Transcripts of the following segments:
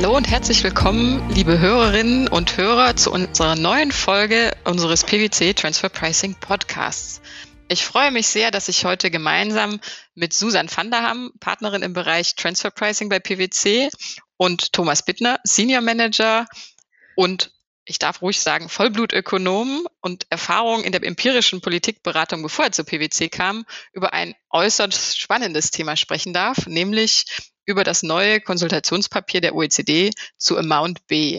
Hallo und herzlich willkommen, liebe Hörerinnen und Hörer, zu unserer neuen Folge unseres PwC Transfer Pricing Podcasts. Ich freue mich sehr, dass ich heute gemeinsam mit Susan van der Ham, Partnerin im Bereich Transfer Pricing bei PwC, und Thomas Bittner, Senior Manager und, ich darf ruhig sagen, Vollblutökonom und Erfahrung in der empirischen Politikberatung, bevor er zu PwC kam, über ein äußerst spannendes Thema sprechen darf, nämlich über das neue Konsultationspapier der OECD zu Amount B.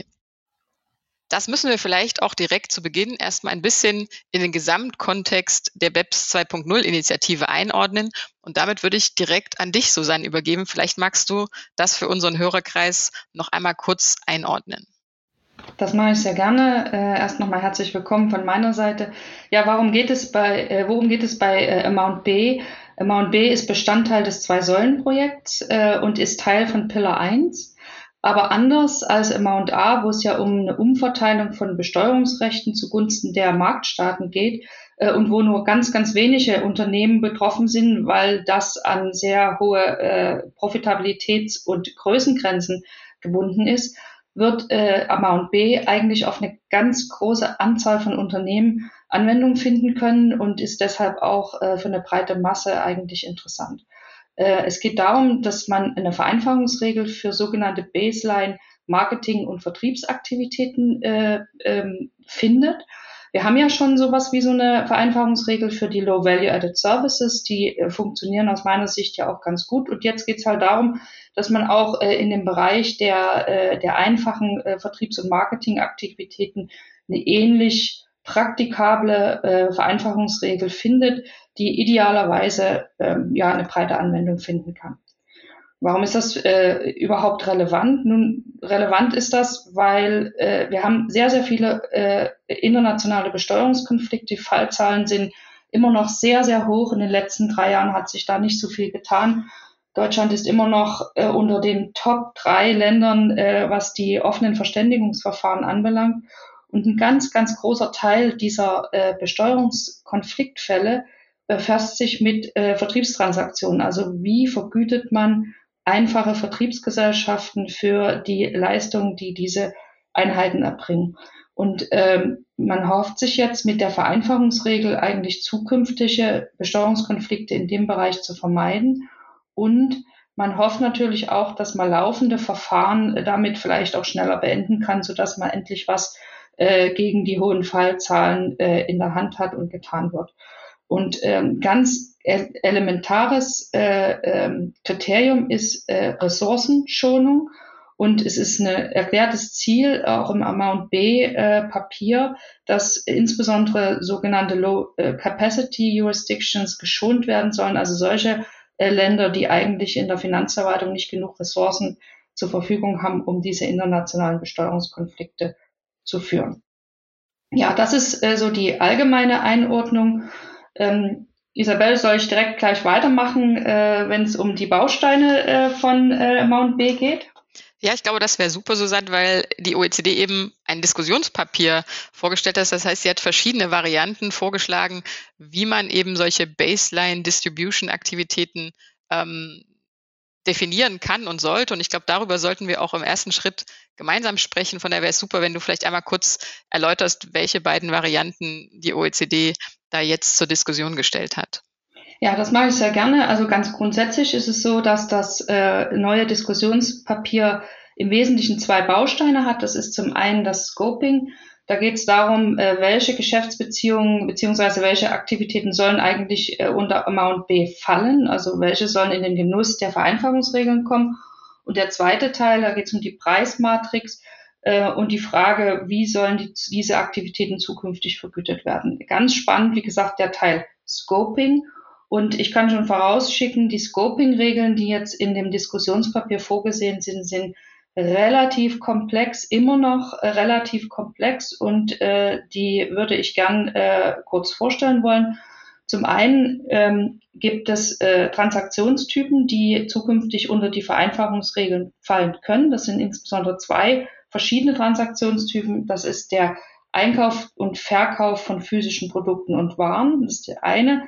Das müssen wir vielleicht auch direkt zu Beginn erstmal ein bisschen in den Gesamtkontext der BEPS 2.0 Initiative einordnen. Und damit würde ich direkt an dich, Susanne, übergeben. Vielleicht magst du das für unseren Hörerkreis noch einmal kurz einordnen. Das mache ich sehr gerne. Erst nochmal herzlich willkommen von meiner Seite. Ja, worum geht es bei Amount B? Amount B ist Bestandteil des Zwei-Säulen-Projekts und ist Teil von Pillar 1. Aber anders als Amount A, wo es ja um eine Umverteilung von Besteuerungsrechten zugunsten der Marktstaaten geht und wo nur ganz, ganz wenige Unternehmen betroffen sind, weil das an sehr hohe Profitabilitäts- und Größengrenzen gebunden ist, wird Amount B eigentlich auf eine ganz große Anzahl von Unternehmen Anwendung finden können und ist deshalb auch für eine breite Masse eigentlich interessant. Es geht darum, dass man eine Vereinfachungsregel für sogenannte Baseline Marketing- und Vertriebsaktivitäten findet. Wir haben ja schon sowas wie so eine Vereinfachungsregel für die Low-Value-Added Services. Die funktionieren aus meiner Sicht ja auch ganz gut. Und jetzt geht es halt darum, dass man auch in dem Bereich der einfachen Vertriebs- und Marketingaktivitäten eine ähnlich praktikable Vereinfachungsregel findet, die idealerweise eine breite Anwendung finden kann. Warum ist das überhaupt relevant? Nun, relevant ist das, weil wir haben sehr, sehr viele internationale Besteuerungskonflikte. Die Fallzahlen sind immer noch sehr, sehr hoch. In den letzten 3 Jahren hat sich da nicht so viel getan. Deutschland ist immer noch unter den Top 3 Ländern, was die offenen Verständigungsverfahren anbelangt. Und ein ganz, ganz großer Teil dieser Besteuerungskonfliktfälle befasst sich mit Vertriebstransaktionen. Also wie vergütet man einfache Vertriebsgesellschaften für die Leistung, die diese Einheiten erbringen. Und man hofft sich jetzt mit der Vereinfachungsregel eigentlich zukünftige Besteuerungskonflikte in dem Bereich zu vermeiden. Und man hofft natürlich auch, dass man laufende Verfahren damit vielleicht auch schneller beenden kann, sodass man endlich was gegen die hohen Fallzahlen in der Hand hat und getan wird. Und ganz elementares Kriterium ist Ressourcenschonung. Und es ist ein erklärtes Ziel, auch im Amount B Papier, dass insbesondere sogenannte Low Capacity Jurisdictions geschont werden sollen, also solche Länder, die eigentlich in der Finanzverwaltung nicht genug Ressourcen zur Verfügung haben, um diese internationalen Besteuerungskonflikte zu führen. Ja, das ist so die allgemeine Einordnung. Isabel, soll ich direkt gleich weitermachen, wenn es um die Bausteine von Amount B geht? Ja, ich glaube, das wäre super, Susanne, weil die OECD eben ein Diskussionspapier vorgestellt hat. Das heißt, sie hat verschiedene Varianten vorgeschlagen, wie man eben solche Baseline-Distribution-Aktivitäten definieren kann und sollte. Und ich glaube, darüber sollten wir auch im ersten Schritt gemeinsam sprechen. Von daher wäre es super, wenn du vielleicht einmal kurz erläuterst, welche beiden Varianten die OECD da jetzt zur Diskussion gestellt hat. Ja, das mache ich sehr gerne. Also ganz grundsätzlich ist es so, dass das neue Diskussionspapier im Wesentlichen 2 Bausteine hat. Das ist zum einen das Scoping. Da geht es darum, welche Geschäftsbeziehungen beziehungsweise welche Aktivitäten sollen eigentlich unter Amount B fallen, also welche sollen in den Genuss der Vereinfachungsregeln kommen. Und der zweite Teil, da geht es um die Preismatrix und die Frage, wie sollen diese Aktivitäten zukünftig vergütet werden. Ganz spannend, wie gesagt, der Teil Scoping. Und ich kann schon vorausschicken, die Scoping-Regeln, die jetzt in dem Diskussionspapier vorgesehen sind, sind relativ komplex, immer noch relativ komplex und die würde ich gern kurz vorstellen wollen. Zum einen gibt es Transaktionstypen, die zukünftig unter die Vereinfachungsregeln fallen können. Das sind insbesondere 2 verschiedene Transaktionstypen. Das ist der Einkauf und Verkauf von physischen Produkten und Waren. Das ist der eine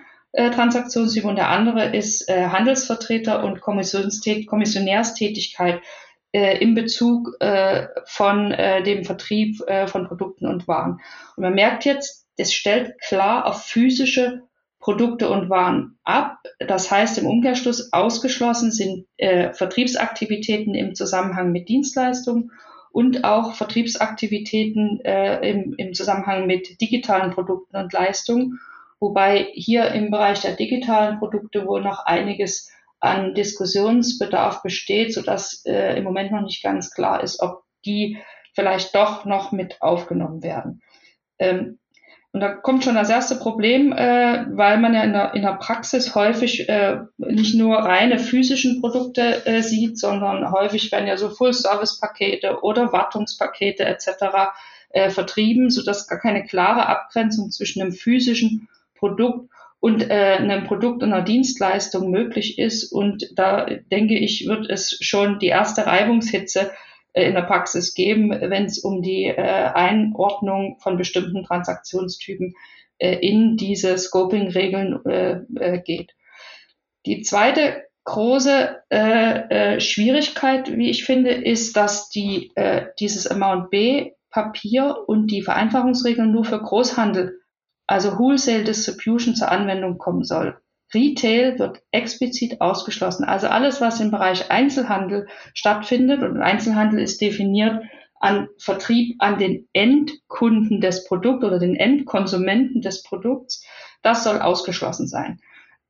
Transaktionstyp und der andere ist Handelsvertreter und Kommissionärstätigkeit in Bezug von dem Vertrieb von Produkten und Waren. Und man merkt jetzt, es stellt klar auf physische Produkte und Waren ab. Das heißt im Umkehrschluss, ausgeschlossen sind Vertriebsaktivitäten im Zusammenhang mit Dienstleistungen und auch Vertriebsaktivitäten im Zusammenhang mit digitalen Produkten und Leistungen, wobei hier im Bereich der digitalen Produkte wohl noch einiges an Diskussionsbedarf besteht, sodass im Moment noch nicht ganz klar ist, ob die vielleicht doch noch mit aufgenommen werden. Und da kommt schon das erste Problem, weil man ja in der Praxis häufig nicht nur reine physischen Produkte sieht, sondern häufig werden ja so Full-Service-Pakete oder Wartungspakete etc. Vertrieben, sodass gar keine klare Abgrenzung zwischen einem physischen Produkt und einem Produkt und einer Dienstleistung möglich ist. Und da denke ich, wird es schon die erste Reibungshitze in der Praxis geben, wenn es um die Einordnung von bestimmten Transaktionstypen in diese Scoping-Regeln geht. Die zweite große Schwierigkeit, wie ich finde, ist, dass dieses Amount B Papier und die Vereinfachungsregeln nur für Großhandel, also Wholesale Distribution, zur Anwendung kommen soll. Retail wird explizit ausgeschlossen. Also alles, was im Bereich Einzelhandel stattfindet, und Einzelhandel ist definiert an Vertrieb an den Endkunden des Produkts oder den Endkonsumenten des Produkts, das soll ausgeschlossen sein.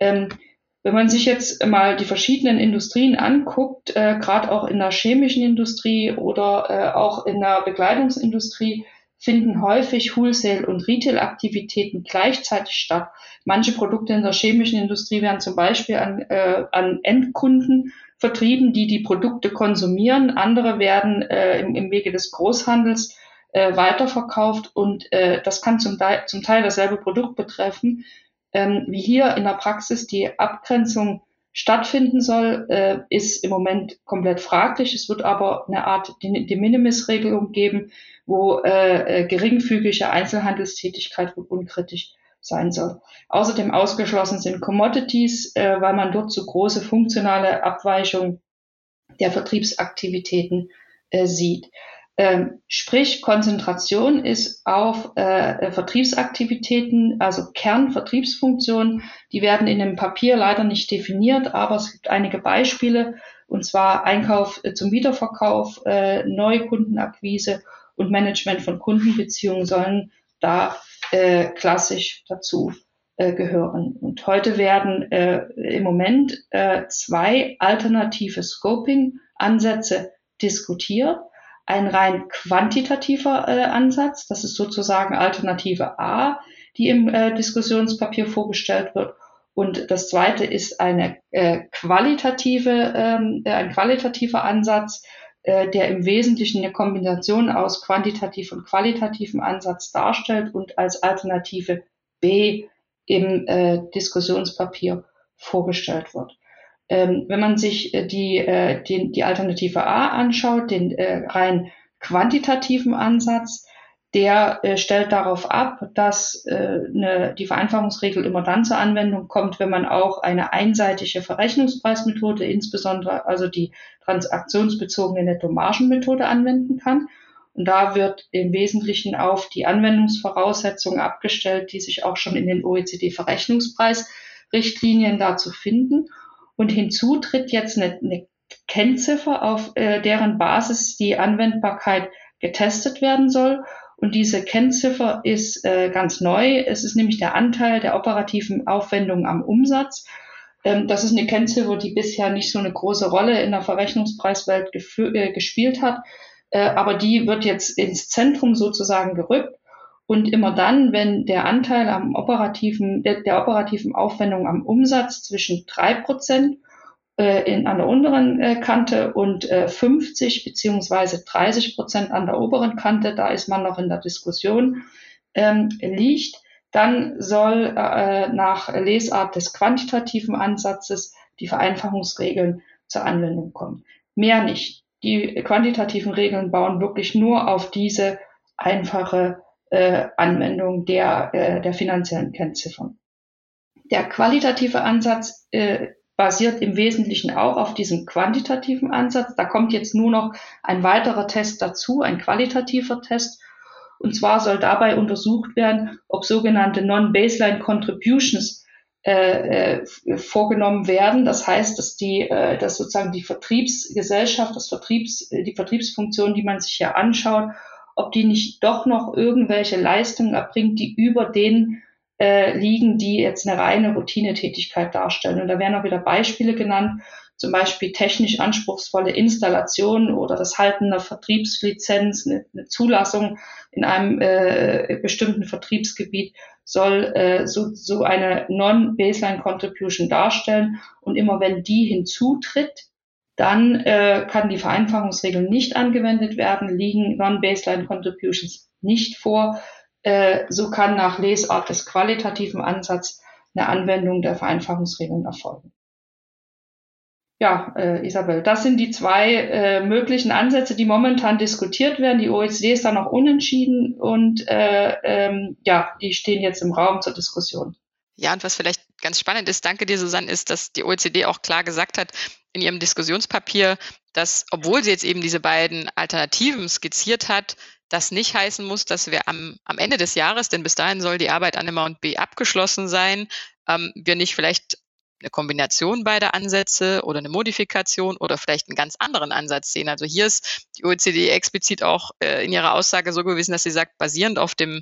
Wenn man sich jetzt mal die verschiedenen Industrien anguckt, gerade auch in der chemischen Industrie oder auch in der Bekleidungsindustrie, finden häufig Wholesale- und Retail-Aktivitäten gleichzeitig statt. Manche Produkte in der chemischen Industrie werden zum Beispiel an Endkunden vertrieben, die die Produkte konsumieren. Andere werden im Wege des Großhandels weiterverkauft und das kann zum Teil dasselbe Produkt betreffen. Wie hier in der Praxis die Abgrenzung stattfinden soll, ist im Moment komplett fraglich. Es wird aber eine Art De Minimis-Regelung geben, wo geringfügige Einzelhandelstätigkeit unkritisch sein soll. Außerdem ausgeschlossen sind Commodities, weil man dort zu große funktionale Abweichungen der Vertriebsaktivitäten sieht. Sprich, Konzentration ist auf Vertriebsaktivitäten, also Kernvertriebsfunktionen. Die werden in dem Papier leider nicht definiert, aber es gibt einige Beispiele, und zwar Einkauf zum Wiederverkauf, Neukundenakquise und Management von Kundenbeziehungen sollen da klassisch dazu gehören. Und heute werden im Moment zwei alternative Scoping-Ansätze diskutiert. Ein rein quantitativer Ansatz, das ist sozusagen Alternative A, die im Diskussionspapier vorgestellt wird. Und das zweite ist ein qualitativer Ansatz, der im Wesentlichen eine Kombination aus quantitativ und qualitativem Ansatz darstellt und als Alternative B im Diskussionspapier vorgestellt wird. Wenn man sich die Alternative A anschaut, den rein quantitativen Ansatz, der stellt darauf ab, dass die Vereinfachungsregel immer dann zur Anwendung kommt, wenn man auch eine einseitige Verrechnungspreismethode, insbesondere also die transaktionsbezogene Nettomargenmethode anwenden kann. Und da wird im Wesentlichen auf die Anwendungsvoraussetzungen abgestellt, die sich auch schon in den OECD-Verrechnungspreisrichtlinien dazu finden. Und hinzu tritt jetzt eine Kennziffer, auf deren Basis die Anwendbarkeit getestet werden soll. Und diese Kennziffer ist ganz neu. Es ist nämlich der Anteil der operativen Aufwendungen am Umsatz. Das ist eine Kennziffer, die bisher nicht so eine große Rolle in der Verrechnungspreiswelt gespielt hat. Aber die wird jetzt ins Zentrum sozusagen gerückt. Und immer dann, wenn der Anteil der operativen Aufwendung am Umsatz zwischen 3% an der unteren Kante und 50 beziehungsweise 30% an der oberen Kante, da ist man noch in der Diskussion, liegt, dann soll nach Lesart des quantitativen Ansatzes die Vereinfachungsregeln zur Anwendung kommen. Mehr nicht. Die quantitativen Regeln bauen wirklich nur auf diese einfache Anwendung der finanziellen Kennziffern. Der qualitative Ansatz basiert im Wesentlichen auch auf diesem quantitativen Ansatz. Da kommt jetzt nur noch ein weiterer Test dazu, ein qualitativer Test. Und zwar soll dabei untersucht werden, ob sogenannte Non-Baseline Contributions vorgenommen werden. Das heißt, dass sozusagen die Vertriebsgesellschaft, die Vertriebsfunktion, die man sich hier anschaut, ob die nicht doch noch irgendwelche Leistungen erbringt, die über den liegen, die jetzt eine reine Routinetätigkeit darstellen. Und da werden auch wieder Beispiele genannt, zum Beispiel technisch anspruchsvolle Installationen oder das Halten einer Vertriebslizenz, eine Zulassung in einem bestimmten Vertriebsgebiet soll so eine Non-Baseline Contribution darstellen. Und immer wenn die hinzutritt, dann kann die Vereinfachungsregel nicht angewendet werden, liegen Non-Baseline Contributions nicht vor. So kann nach Lesart des qualitativen Ansatzes eine Anwendung der Vereinfachungsregeln erfolgen. Ja, Isabel, das sind die zwei möglichen Ansätze, die momentan diskutiert werden. Die OECD ist da noch unentschieden und die stehen jetzt im Raum zur Diskussion. Ja, und was vielleicht ganz spannend ist, danke dir, Susanne, ist, dass die OECD auch klar gesagt hat in ihrem Diskussionspapier, dass, obwohl sie jetzt eben diese beiden Alternativen skizziert hat, das nicht heißen muss, dass wir am Ende des Jahres, denn bis dahin soll die Arbeit an Amount B abgeschlossen sein, wir nicht vielleicht eine Kombination beider Ansätze oder eine Modifikation oder vielleicht einen ganz anderen Ansatz sehen. Also hier ist die OECD explizit auch in ihrer Aussage so gewesen, dass sie sagt, basierend auf den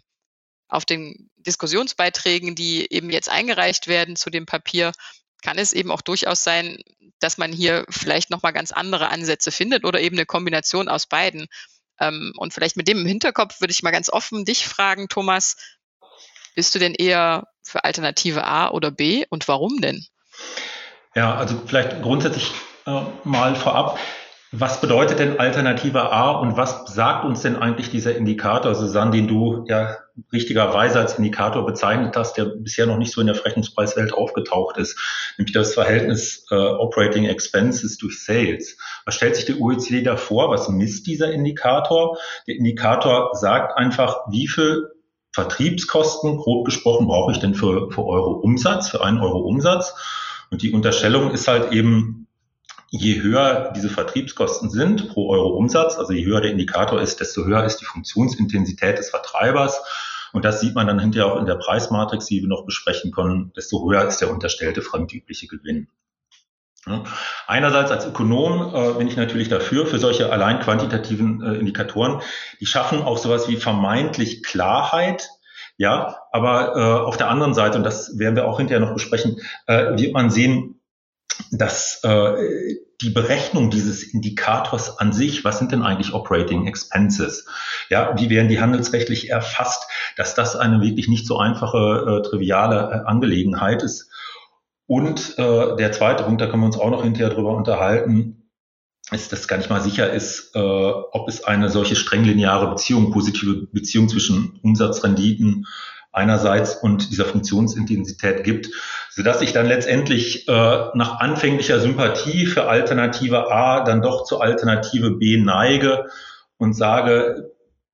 Diskussionsbeiträgen, die eben jetzt eingereicht werden zu dem Papier, kann es eben auch durchaus sein, dass man hier vielleicht nochmal ganz andere Ansätze findet oder eben eine Kombination aus beiden. Und vielleicht mit dem im Hinterkopf würde ich mal ganz offen dich fragen, Thomas, bist du denn eher für Alternative A oder B und warum denn? Ja, also vielleicht grundsätzlich mal vorab, was bedeutet denn Alternative A und was sagt uns denn eigentlich dieser Indikator, Susanne, den du ja richtigerweise als Indikator bezeichnet hast, der bisher noch nicht so in der Verrechnungspreiswelt aufgetaucht ist, nämlich das Verhältnis Operating Expenses durch Sales. Was stellt sich die OECD da vor? Was misst dieser Indikator? Der Indikator sagt einfach, wie viel Vertriebskosten, grob gesprochen, brauche ich denn für Euro Umsatz, für 1 Euro Umsatz? Und die Unterstellung ist halt eben, je höher diese Vertriebskosten sind pro Euro Umsatz, also je höher der Indikator ist, desto höher ist die Funktionsintensität des Vertreibers. Und das sieht man dann hinterher auch in der Preismatrix, die wir noch besprechen können, desto höher ist der unterstellte fremdübliche Gewinn. Ja. Einerseits als Ökonom bin ich natürlich dafür, für solche allein quantitativen Indikatoren, die schaffen auch sowas wie vermeintlich Klarheit. Ja, aber auf der anderen Seite, und das werden wir auch hinterher noch besprechen, wird man sehen, dass die Berechnung dieses Indikators an sich, was sind denn eigentlich Operating Expenses? Ja, wie werden die handelsrechtlich erfasst? Dass das eine wirklich nicht so einfache, triviale Angelegenheit ist. Und der zweite Punkt, da können wir uns auch noch hinterher drüber unterhalten, ist, dass gar nicht mal sicher ist, ob es eine solche streng lineare Beziehung, positive Beziehung zwischen Umsatzrenditen einerseits und dieser Funktionsintensität gibt, sodass ich dann letztendlich nach anfänglicher Sympathie für Alternative A dann doch zur Alternative B neige und sage,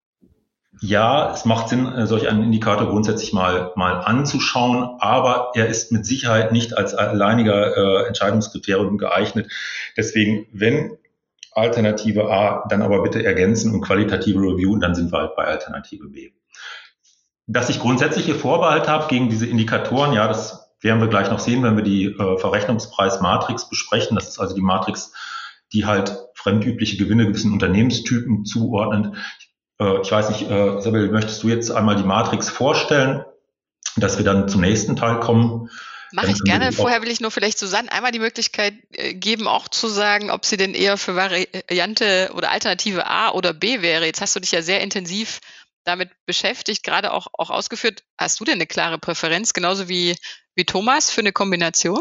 ja, es macht Sinn, solch einen Indikator grundsätzlich mal anzuschauen, aber er ist mit Sicherheit nicht als alleiniger Entscheidungskriterium geeignet. Deswegen, wenn Alternative A, dann aber bitte ergänzen und qualitative Review, und dann sind wir halt bei Alternative B. Dass ich grundsätzliche Vorbehalte habe gegen diese Indikatoren, ja, das werden wir gleich noch sehen, wenn wir die Verrechnungspreismatrix besprechen. Das ist also die Matrix, die halt fremdübliche Gewinne gewissen Unternehmenstypen zuordnet. Ich weiß nicht, Isabel, möchtest du jetzt einmal die Matrix vorstellen, dass wir dann zum nächsten Teil kommen? Mache ich gerne. Vorher will ich nur vielleicht Susanne einmal die Möglichkeit geben, auch zu sagen, ob sie denn eher für Variante oder Alternative A oder B wäre. Jetzt hast du dich ja sehr intensiv damit beschäftigt, gerade auch ausgeführt. Hast du denn eine klare Präferenz, genauso wie Thomas, für eine Kombination?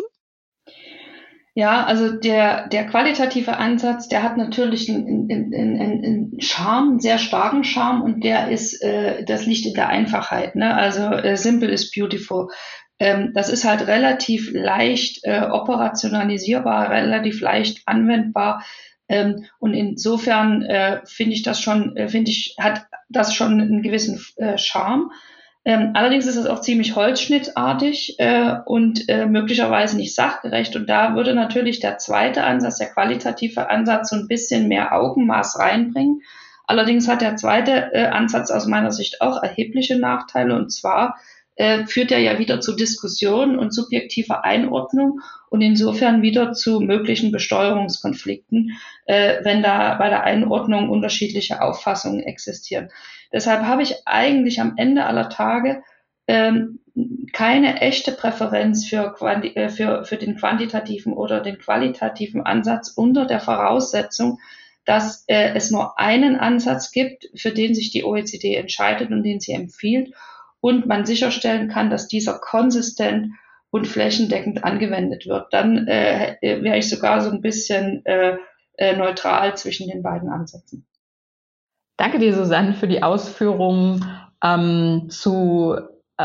Ja, also der qualitative Ansatz, der hat natürlich einen Charme, einen sehr starken Charme, und das liegt in der Einfachheit, ne? Also simple is beautiful. Das ist halt relativ leicht operationalisierbar, relativ leicht anwendbar. Und insofern hat das schon einen gewissen Charme. Allerdings ist es auch ziemlich holzschnittartig und möglicherweise nicht sachgerecht. Und da würde natürlich der zweite Ansatz, der qualitative Ansatz, so ein bisschen mehr Augenmaß reinbringen. Allerdings hat der zweite Ansatz aus meiner Sicht auch erhebliche Nachteile. Und zwar führt er ja wieder zu Diskussionen und subjektiver Einordnung und insofern wieder zu möglichen Besteuerungskonflikten, wenn da bei der Einordnung unterschiedliche Auffassungen existieren. Deshalb habe ich eigentlich am Ende aller Tage keine echte Präferenz für den quantitativen oder den qualitativen Ansatz unter der Voraussetzung, dass es nur einen Ansatz gibt, für den sich die OECD entscheidet und den sie empfiehlt und man sicherstellen kann, dass dieser konsistent und flächendeckend angewendet wird. Dann wäre ich sogar so ein bisschen neutral zwischen den beiden Ansätzen. Danke dir, Susanne, für die Ausführungen zu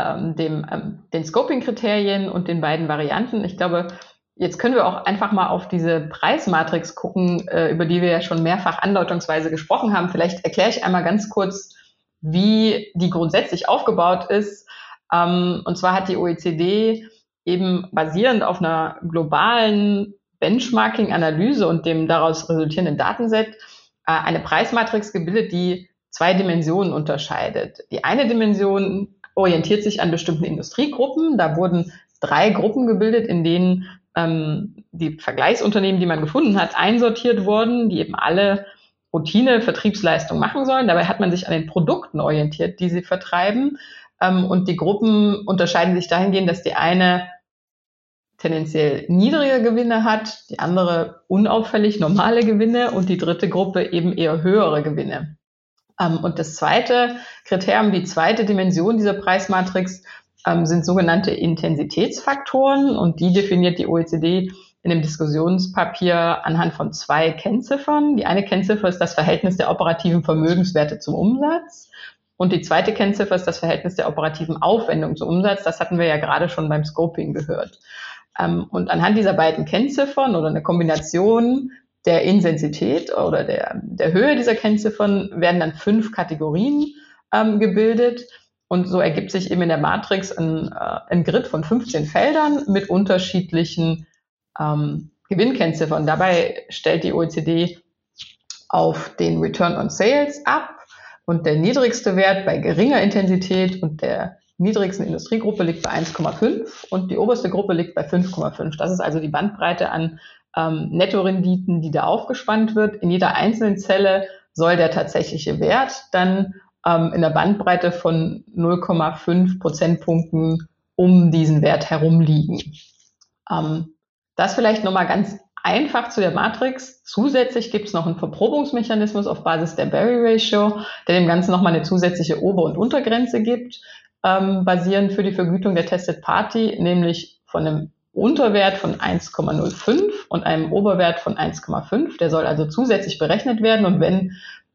den Scoping-Kriterien und den beiden Varianten. Ich glaube, jetzt können wir auch einfach mal auf diese Preismatrix gucken, über die wir ja schon mehrfach andeutungsweise gesprochen haben. Vielleicht erkläre ich einmal ganz kurz, wie die grundsätzlich aufgebaut ist. Und zwar hat die OECD eben basierend auf einer globalen Benchmarking-Analyse und dem daraus resultierenden Datenset eine Preismatrix gebildet, die 2 Dimensionen unterscheidet. Die eine Dimension orientiert sich an bestimmten Industriegruppen. Da wurden 3 Gruppen gebildet, in denen die Vergleichsunternehmen, die man gefunden hat, einsortiert wurden, die eben alle Routine-Vertriebsleistung machen sollen. Dabei hat man sich an den Produkten orientiert, die sie vertreiben. Und die Gruppen unterscheiden sich dahingehend, dass die eine tendenziell niedrige Gewinne hat, die andere unauffällig normale Gewinne und die dritte Gruppe eben eher höhere Gewinne. Und das zweite Kriterium, die zweite Dimension dieser Preismatrix, sind sogenannte Intensitätsfaktoren und die definiert die OECD in dem Diskussionspapier anhand von 2 Kennziffern. Die eine Kennziffer ist das Verhältnis der operativen Vermögenswerte zum Umsatz und die zweite Kennziffer ist das Verhältnis der operativen Aufwendung zum Umsatz. Das hatten wir ja gerade schon beim Scoping gehört. Und anhand dieser beiden Kennziffern oder eine Kombination der Intensität oder der Höhe dieser Kennziffern werden dann 5 Kategorien gebildet. Und so ergibt sich eben in der Matrix ein Grid von 15 Feldern mit unterschiedlichen Gewinnkennziffern. Dabei stellt die OECD auf den Return on Sales ab und der niedrigste Wert bei geringer Intensität und der niedrigsten Industriegruppe liegt bei 1,5 und die oberste Gruppe liegt bei 5,5. Das ist also die Bandbreite an Nettorenditen, die da aufgespannt wird. In jeder einzelnen Zelle soll der tatsächliche Wert dann in der Bandbreite von 0,5 Prozentpunkten um diesen Wert herum liegen. Das vielleicht nochmal ganz einfach zu der Matrix. Zusätzlich gibt es noch einen Verprobungsmechanismus auf Basis der Berry Ratio, der dem Ganzen nochmal eine zusätzliche Ober- und Untergrenze gibt, basierend für die Vergütung der Tested Party, nämlich von einem Unterwert von 1,05 und einem Oberwert von 1,5. Der soll also zusätzlich berechnet werden und wenn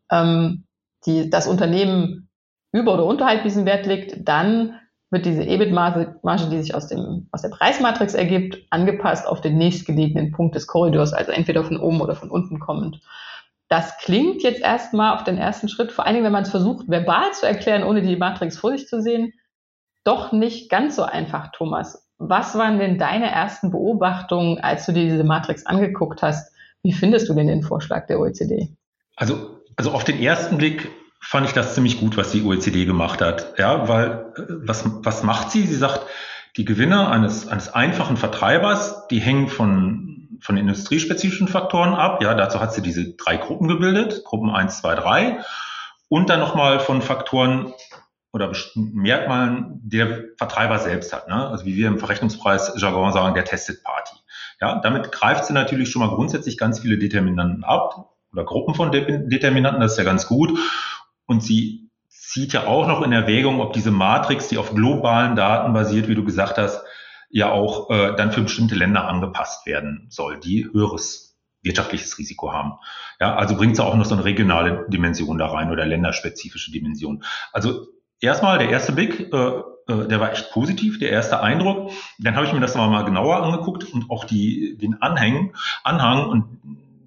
das Unternehmen über oder unterhalb diesen Wert liegt, dann wird diese EBIT-Marge, die sich aus der Preismatrix ergibt, angepasst auf den nächstgelegenen Punkt des Korridors, also entweder von oben oder von unten kommend. Das klingt jetzt erstmal auf den ersten Schritt, vor allen Dingen, wenn man es versucht, verbal zu erklären, ohne die Matrix vor sich zu sehen, doch nicht ganz so einfach, Thomas. Was waren denn deine ersten Beobachtungen, als du dir diese Matrix angeguckt hast? Wie findest du denn den Vorschlag der OECD? Also auf den ersten Blick fand ich das ziemlich gut, was die OECD gemacht hat. Ja, weil was macht sie? Sie sagt, die Gewinne eines einfachen Vertreibers, die hängen von industriespezifischen Faktoren ab. Ja, dazu hat sie diese 3 Gruppen gebildet, Gruppen 1, 2, 3 und dann nochmal von Faktoren oder bestimmten Merkmalen, die der Vertreiber selbst hat. Ne? Also wie wir im Verrechnungspreis-Jargon sagen, der Tested Party. Ja, damit greift sie natürlich schon mal grundsätzlich ganz viele Determinanten ab oder Gruppen von Determinanten, das ist ja ganz gut. Und sie zieht ja auch noch in Erwägung, ob diese Matrix, die auf globalen Daten basiert, wie du gesagt hast, ja auch dann für bestimmte Länder angepasst werden soll, die höheres wirtschaftliches Risiko haben. Ja, also bringt sie auch noch so eine regionale Dimension da rein oder länderspezifische Dimension. Also erstmal der erste Blick, der war echt positiv, der erste Eindruck. Dann habe ich mir das mal genauer angeguckt und auch den Anhang und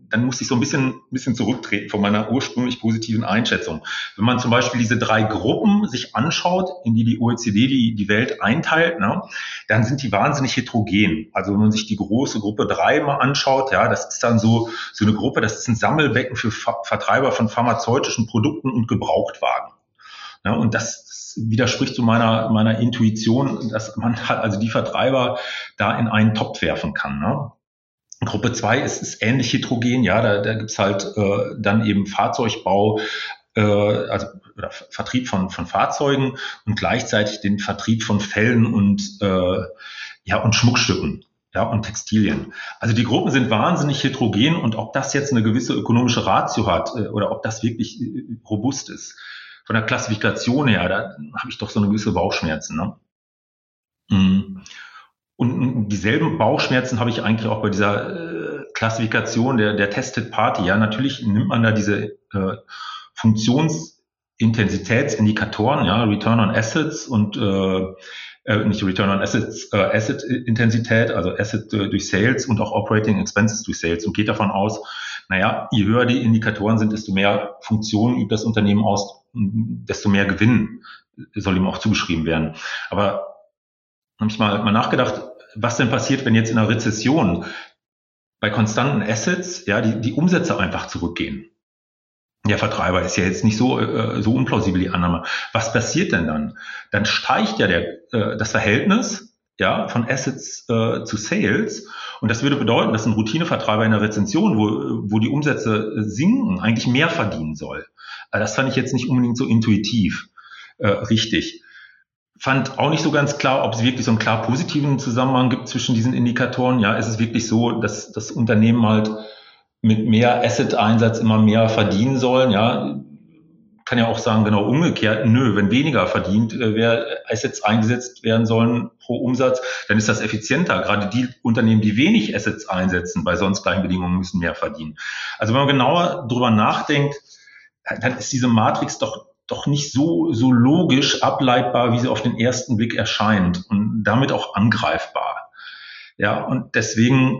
dann muss ich so ein bisschen zurücktreten von meiner ursprünglich positiven Einschätzung. Wenn man zum Beispiel diese 3 Gruppen sich anschaut, in die OECD die Welt einteilt, ne, dann sind die wahnsinnig heterogen. Also wenn man sich die große Gruppe 3 mal anschaut, ja, das ist dann so eine Gruppe, das ist ein Sammelbecken für Vertreiber von pharmazeutischen Produkten und Gebrauchtwagen. Ja, und das widerspricht so meiner Intuition, dass man halt also die Vertreiber da in einen Topf werfen kann. Ne? Gruppe 2 ist ähnlich heterogen, ja, da gibt's halt dann eben Fahrzeugbau, also oder Vertrieb von Fahrzeugen und gleichzeitig den Vertrieb von Fellen und Schmuckstücken. Ja, und Textilien. Also die Gruppen sind wahnsinnig heterogen und ob das jetzt eine gewisse ökonomische Ratio hat oder ob das wirklich robust ist. Von der Klassifikation her, da habe ich doch so eine gewisse Bauchschmerzen. Ne? Und dieselben Bauchschmerzen habe ich eigentlich auch bei dieser Klassifikation der Tested Party. Ja, natürlich nimmt man da diese Funktionsintensitätsindikatoren, ja, Return on Assets und nicht Return on Assets, Asset-Intensität, also Asset durch Sales und auch Operating Expenses durch Sales und geht davon aus, naja, je höher die Indikatoren sind, desto mehr Funktionen übt das Unternehmen aus, desto mehr Gewinn soll ihm auch zugeschrieben werden. Aber habe ich mal nachgedacht, was denn passiert, wenn jetzt in einer Rezession bei konstanten Assets ja die Umsätze einfach zurückgehen. Der Vertreiber ist ja jetzt nicht so unplausibel die Annahme. Was passiert denn dann? Dann steigt ja das Verhältnis ja von Assets zu Sales und das würde bedeuten, dass ein Routinevertreiber in einer Rezension, wo die Umsätze sinken, eigentlich mehr verdienen soll. Also das fand ich jetzt nicht unbedingt so intuitiv richtig. Fand auch nicht so ganz klar, ob es wirklich so einen klar positiven Zusammenhang gibt zwischen diesen Indikatoren. Ja, es ist wirklich so, dass das Unternehmen halt mit mehr Asset-Einsatz immer mehr verdienen sollen. Ja, kann ja auch sagen, genau umgekehrt, wenn weniger verdient Assets eingesetzt werden sollen pro Umsatz, dann ist das effizienter. Gerade die Unternehmen, die wenig Assets einsetzen, bei sonst gleichen Bedingungen müssen mehr verdienen. Also wenn man genauer drüber nachdenkt, dann ist diese Matrix doch nicht so logisch ableitbar, wie sie auf den ersten Blick erscheint und damit auch angreifbar. Ja, und deswegen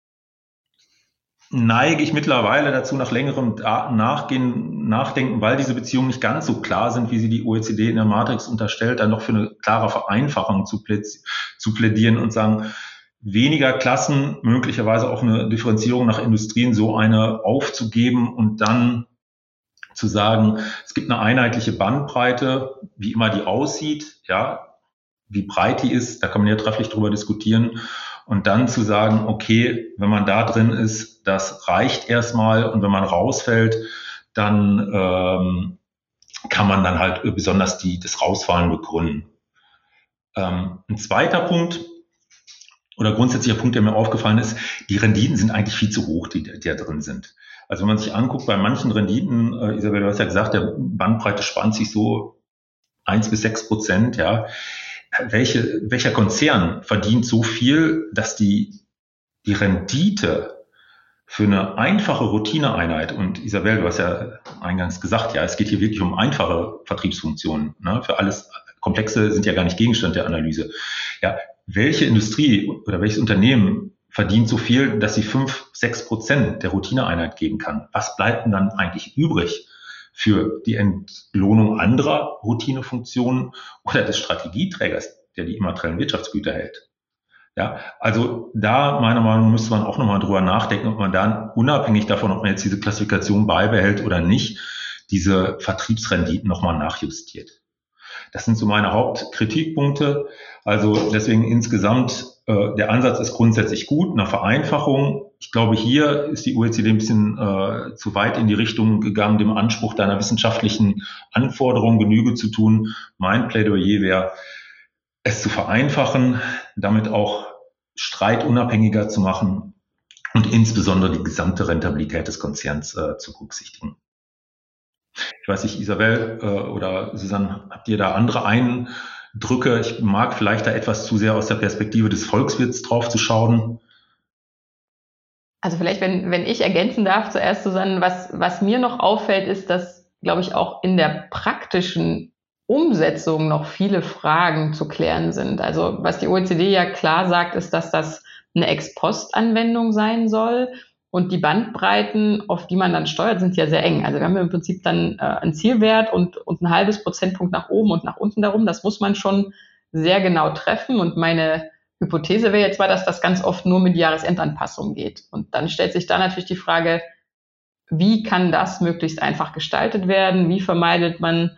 neige ich mittlerweile dazu, nach längerem Nachdenken, weil diese Beziehungen nicht ganz so klar sind, wie sie die OECD in der Matrix unterstellt, dann doch für eine klare Vereinfachung zu plädieren und sagen, weniger Klassen, möglicherweise auch eine Differenzierung nach Industrien, so eine aufzugeben und dann zu sagen, es gibt eine einheitliche Bandbreite, wie immer die aussieht, ja, wie breit die ist, da kann man ja trefflich drüber diskutieren. Und dann zu sagen, okay, wenn man da drin ist, das reicht erstmal. Und wenn man rausfällt, dann kann man dann halt besonders das Rausfallen begründen. Ein zweiter Punkt oder grundsätzlicher Punkt, der mir aufgefallen ist, die Renditen sind eigentlich viel zu hoch, die da drin sind. Also wenn man sich anguckt, bei manchen Renditen, Isabel, du hast ja gesagt, der Bandbreite spannt sich so 1-6%, ja. Welcher Konzern verdient so viel, dass die Rendite für eine einfache Routineeinheit, und Isabel, du hast ja eingangs gesagt, ja, es geht hier wirklich um einfache Vertriebsfunktionen, ne? Für alles Komplexe sind ja gar nicht Gegenstand der Analyse. Ja, welche Industrie oder welches Unternehmen verdient so viel, dass sie 5-6% der Routineeinheit geben kann? Was bleibt denn dann eigentlich übrig für die Entlohnung anderer Routinefunktionen oder des Strategieträgers, der die immateriellen Wirtschaftsgüter hält? Ja, also da, meiner Meinung nach, müsste man auch nochmal drüber nachdenken, ob man dann unabhängig davon, ob man jetzt diese Klassifikation beibehält oder nicht, diese Vertriebsrenditen nochmal nachjustiert. Das sind so meine Hauptkritikpunkte. Also deswegen insgesamt, der Ansatz ist grundsätzlich gut, eine Vereinfachung. Ich glaube, hier ist die OECD ein bisschen zu weit in die Richtung gegangen, dem Anspruch deiner wissenschaftlichen Anforderungen Genüge zu tun. Mein Plädoyer wäre, es zu vereinfachen, damit auch streitunabhängiger zu machen und insbesondere die gesamte Rentabilität des Konzerns zu berücksichtigen. Ich weiß nicht, Isabel oder Susanne, habt ihr da andere Eindrücke? Ich mag vielleicht da etwas zu sehr aus der Perspektive des Volkswirts drauf zu schauen. Also vielleicht, wenn ich ergänzen darf, zuerst, Susanne, was mir noch auffällt, ist, dass, glaube ich, auch in der praktischen Umsetzung noch viele Fragen zu klären sind. Also was die OECD ja klar sagt, ist, dass das eine Ex-Post-Anwendung sein soll. Und die Bandbreiten, auf die man dann steuert, sind ja sehr eng. Also wir haben im Prinzip dann einen Zielwert und ein halbes Prozentpunkt nach oben und nach unten darum. Das muss man schon sehr genau treffen. Und meine Hypothese wäre jetzt mal, dass das ganz oft nur mit Jahresendanpassungen geht. Und dann stellt sich da natürlich die Frage, wie kann das möglichst einfach gestaltet werden? Wie vermeidet man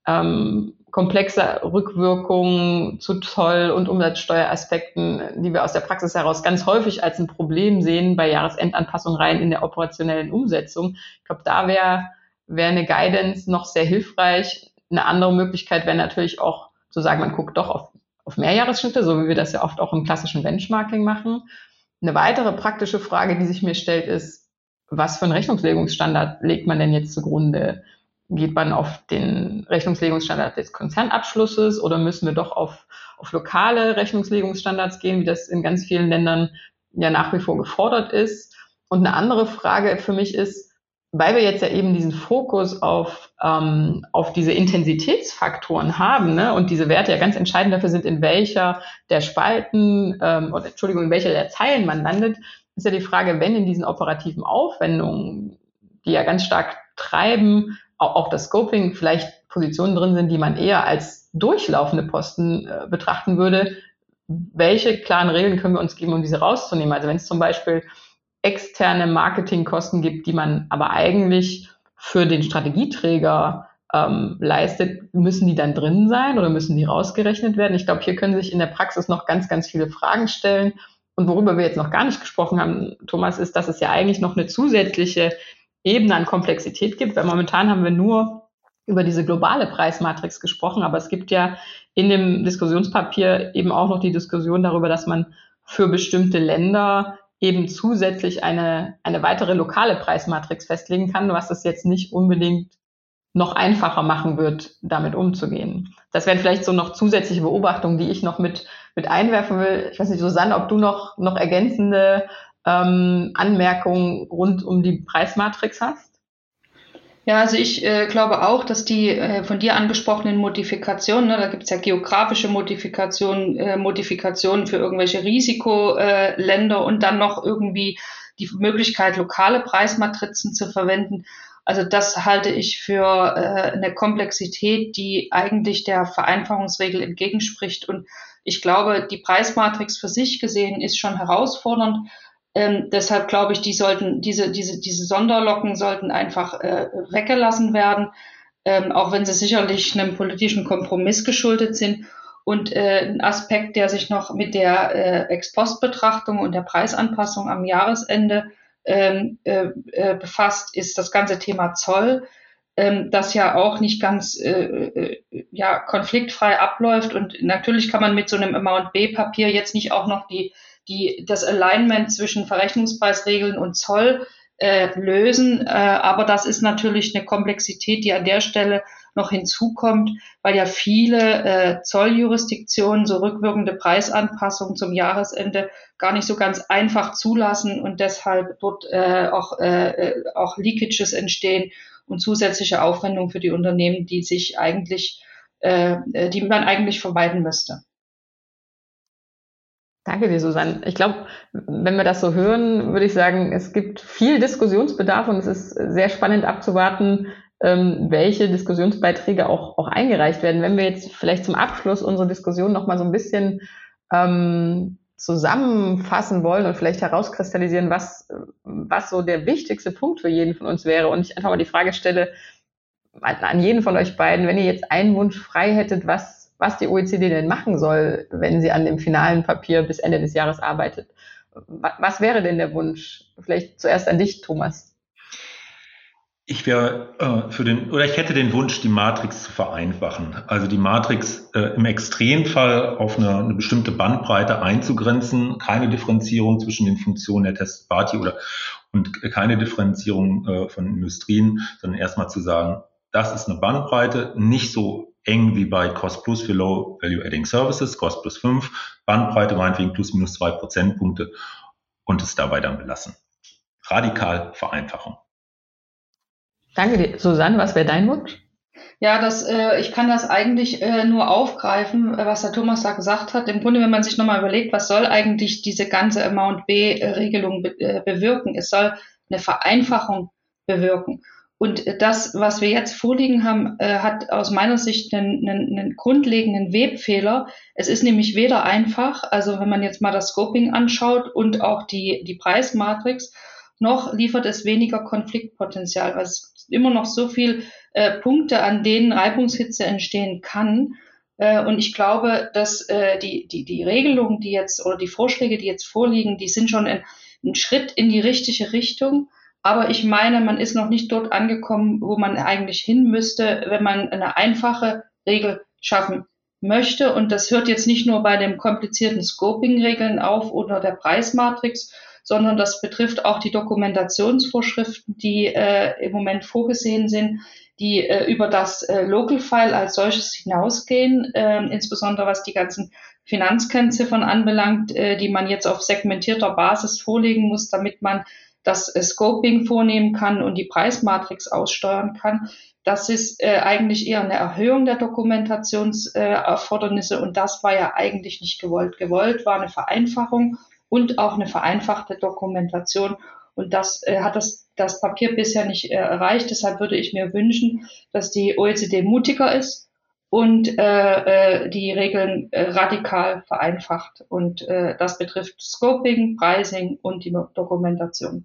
komplexe Rückwirkungen zu Zoll- und Umsatzsteueraspekten, die wir aus der Praxis heraus ganz häufig als ein Problem sehen bei Jahresendanpassungen rein in der operationellen Umsetzung. Ich glaube, da wäre eine Guidance noch sehr hilfreich. Eine andere Möglichkeit wäre natürlich auch zu sagen, man guckt doch auf Mehrjahresschnitte, so wie wir das ja oft auch im klassischen Benchmarking machen. Eine weitere praktische Frage, die sich mir stellt, ist, was für einen Rechnungslegungsstandard legt man denn jetzt zugrunde? Geht man auf den Rechnungslegungsstandard des Konzernabschlusses oder müssen wir doch auf lokale Rechnungslegungsstandards gehen, wie das in ganz vielen Ländern ja nach wie vor gefordert ist? Und eine andere Frage für mich ist, weil wir jetzt ja eben diesen Fokus auf diese Intensitätsfaktoren haben, ne, und diese Werte ja ganz entscheidend dafür sind, in welcher der Spalten in welcher der Zeilen man landet, ist ja die Frage, wenn in diesen operativen Aufwendungen, die ja ganz stark treiben, auch das Scoping, vielleicht Positionen drin sind, die man eher als durchlaufende Posten betrachten würde. Welche klaren Regeln können wir uns geben, um diese rauszunehmen? Also wenn es zum Beispiel externe Marketingkosten gibt, die man aber eigentlich für den Strategieträger leistet, müssen die dann drin sein oder müssen die rausgerechnet werden? Ich glaube, hier können sich in der Praxis noch ganz, ganz viele Fragen stellen. Und worüber wir jetzt noch gar nicht gesprochen haben, Thomas, ist, dass es ja eigentlich noch eine zusätzliche Ebene an Komplexität gibt, weil momentan haben wir nur über diese globale Preismatrix gesprochen, aber es gibt ja in dem Diskussionspapier eben auch noch die Diskussion darüber, dass man für bestimmte Länder eben zusätzlich eine weitere lokale Preismatrix festlegen kann, was es jetzt nicht unbedingt noch einfacher machen wird, damit umzugehen. Das wären vielleicht so noch zusätzliche Beobachtungen, die ich noch mit einwerfen will. Ich weiß nicht, Susanne, ob du noch ergänzende Anmerkungen rund um die Preismatrix hast? Ja, also ich glaube auch, dass die von dir angesprochenen Modifikationen, ne, da gibt es ja geografische Modifikationen, Modifikationen für irgendwelche Risikoländer und dann noch irgendwie die Möglichkeit, lokale Preismatrizen zu verwenden. Also das halte ich für eine Komplexität, die eigentlich der Vereinfachungsregel entgegenspricht. Und ich glaube, die Preismatrix für sich gesehen ist schon herausfordernd. Deshalb glaube ich, diese Sonderlocken sollten einfach weggelassen werden, auch wenn sie sicherlich einem politischen Kompromiss geschuldet sind. Und ein Aspekt, der sich noch mit der Ex-Post-Betrachtung und der Preisanpassung am Jahresende befasst, ist das ganze Thema Zoll, das ja auch nicht ganz konfliktfrei abläuft. Und natürlich kann man mit so einem Amount-B-Papier jetzt nicht auch noch das Alignment zwischen Verrechnungspreisregeln und Zoll lösen. Aber das ist natürlich eine Komplexität, die an der Stelle noch hinzukommt, weil ja viele Zolljurisdiktionen so rückwirkende Preisanpassungen zum Jahresende gar nicht so ganz einfach zulassen und deshalb dort auch Leakages entstehen und zusätzliche Aufwendungen für die Unternehmen, die man eigentlich vermeiden müsste. Danke dir, Susanne. Ich glaube, wenn wir das so hören, würde ich sagen, es gibt viel Diskussionsbedarf und es ist sehr spannend abzuwarten, welche Diskussionsbeiträge auch eingereicht werden. Wenn wir jetzt vielleicht zum Abschluss unsere Diskussion noch mal so ein bisschen zusammenfassen wollen und vielleicht herauskristallisieren, was so der wichtigste Punkt für jeden von uns wäre und ich einfach mal die Frage stelle an jeden von euch beiden, wenn ihr jetzt einen Wunsch frei hättet, was die OECD denn machen soll, wenn sie an dem finalen Papier bis Ende des Jahres arbeitet. Was wäre denn der Wunsch? Vielleicht zuerst an dich, Thomas. Ich hätte den Wunsch, die Matrix zu vereinfachen. Also die Matrix im Extremfall auf eine bestimmte Bandbreite einzugrenzen, keine Differenzierung zwischen den Funktionen der Tested Party und keine Differenzierung von Industrien, sondern erstmal zu sagen, das ist eine Bandbreite, nicht so eng wie bei Cost Plus für Low Value Adding Services, Cost Plus 5, Bandbreite meinetwegen plus minus 2 Prozentpunkte und es dabei dann belassen. Radikal Vereinfachung. Danke dir. Susanne, was wäre dein Wunsch? Ja, ich kann das eigentlich nur aufgreifen, was der Thomas da gesagt hat. Im Grunde, wenn man sich nochmal überlegt, was soll eigentlich diese ganze Amount B-Regelung bewirken? Es soll eine Vereinfachung bewirken. Und das, was wir jetzt vorliegen haben, hat aus meiner Sicht einen grundlegenden Webfehler. Es ist nämlich weder einfach, also wenn man jetzt mal das Scoping anschaut und auch die Preismatrix, noch liefert es weniger Konfliktpotenzial, weil es immer noch so viel Punkte, an denen Reibungshitze entstehen kann. Und ich glaube, dass die Regelungen, die jetzt oder die Vorschläge, die jetzt vorliegen, die sind schon ein Schritt in die richtige Richtung. Aber ich meine, man ist noch nicht dort angekommen, wo man eigentlich hin müsste, wenn man eine einfache Regel schaffen möchte. Und das hört jetzt nicht nur bei den komplizierten Scoping-Regeln auf oder der Preismatrix, sondern das betrifft auch die Dokumentationsvorschriften, die im Moment vorgesehen sind, die über das Local File als solches hinausgehen, insbesondere was die ganzen Finanzkennziffern anbelangt, die man jetzt auf segmentierter Basis vorlegen muss, damit man das Scoping vornehmen kann und die Preismatrix aussteuern kann. Das ist eigentlich eher eine Erhöhung der Dokumentationserfordernisse und das war ja eigentlich nicht gewollt. Gewollt war eine Vereinfachung und auch eine vereinfachte Dokumentation. Und das hat das Papier bisher nicht erreicht. Deshalb würde ich mir wünschen, dass die OECD mutiger ist und die Regeln radikal vereinfacht. Und das betrifft Scoping, Pricing und die Dokumentation.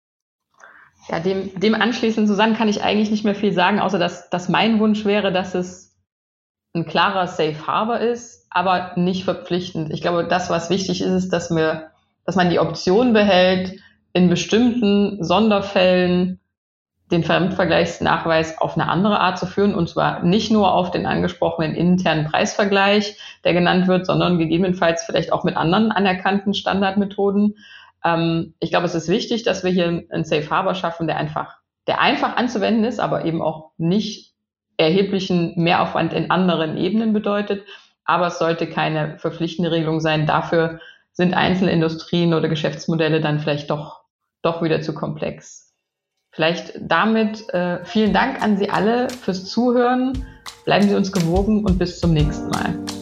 Ja, dem anschließend, Susanne, kann ich eigentlich nicht mehr viel sagen, außer dass mein Wunsch wäre, dass es ein klarer Safe Harbor ist, aber nicht verpflichtend. Ich glaube, das, was wichtig ist, dass man die Option behält, in bestimmten Sonderfällen den Fremdvergleichsnachweis auf eine andere Art zu führen, und zwar nicht nur auf den angesprochenen internen Preisvergleich, der genannt wird, sondern gegebenenfalls vielleicht auch mit anderen anerkannten Standardmethoden. Ich glaube, es ist wichtig, dass wir hier einen Safe Harbor schaffen, der einfach anzuwenden ist, aber eben auch nicht erheblichen Mehraufwand in anderen Ebenen bedeutet. Aber es sollte keine verpflichtende Regelung sein. Dafür sind einzelne Industrien oder Geschäftsmodelle dann vielleicht doch wieder zu komplex. Vielleicht damit vielen Dank an Sie alle fürs Zuhören. Bleiben Sie uns gewogen und bis zum nächsten Mal.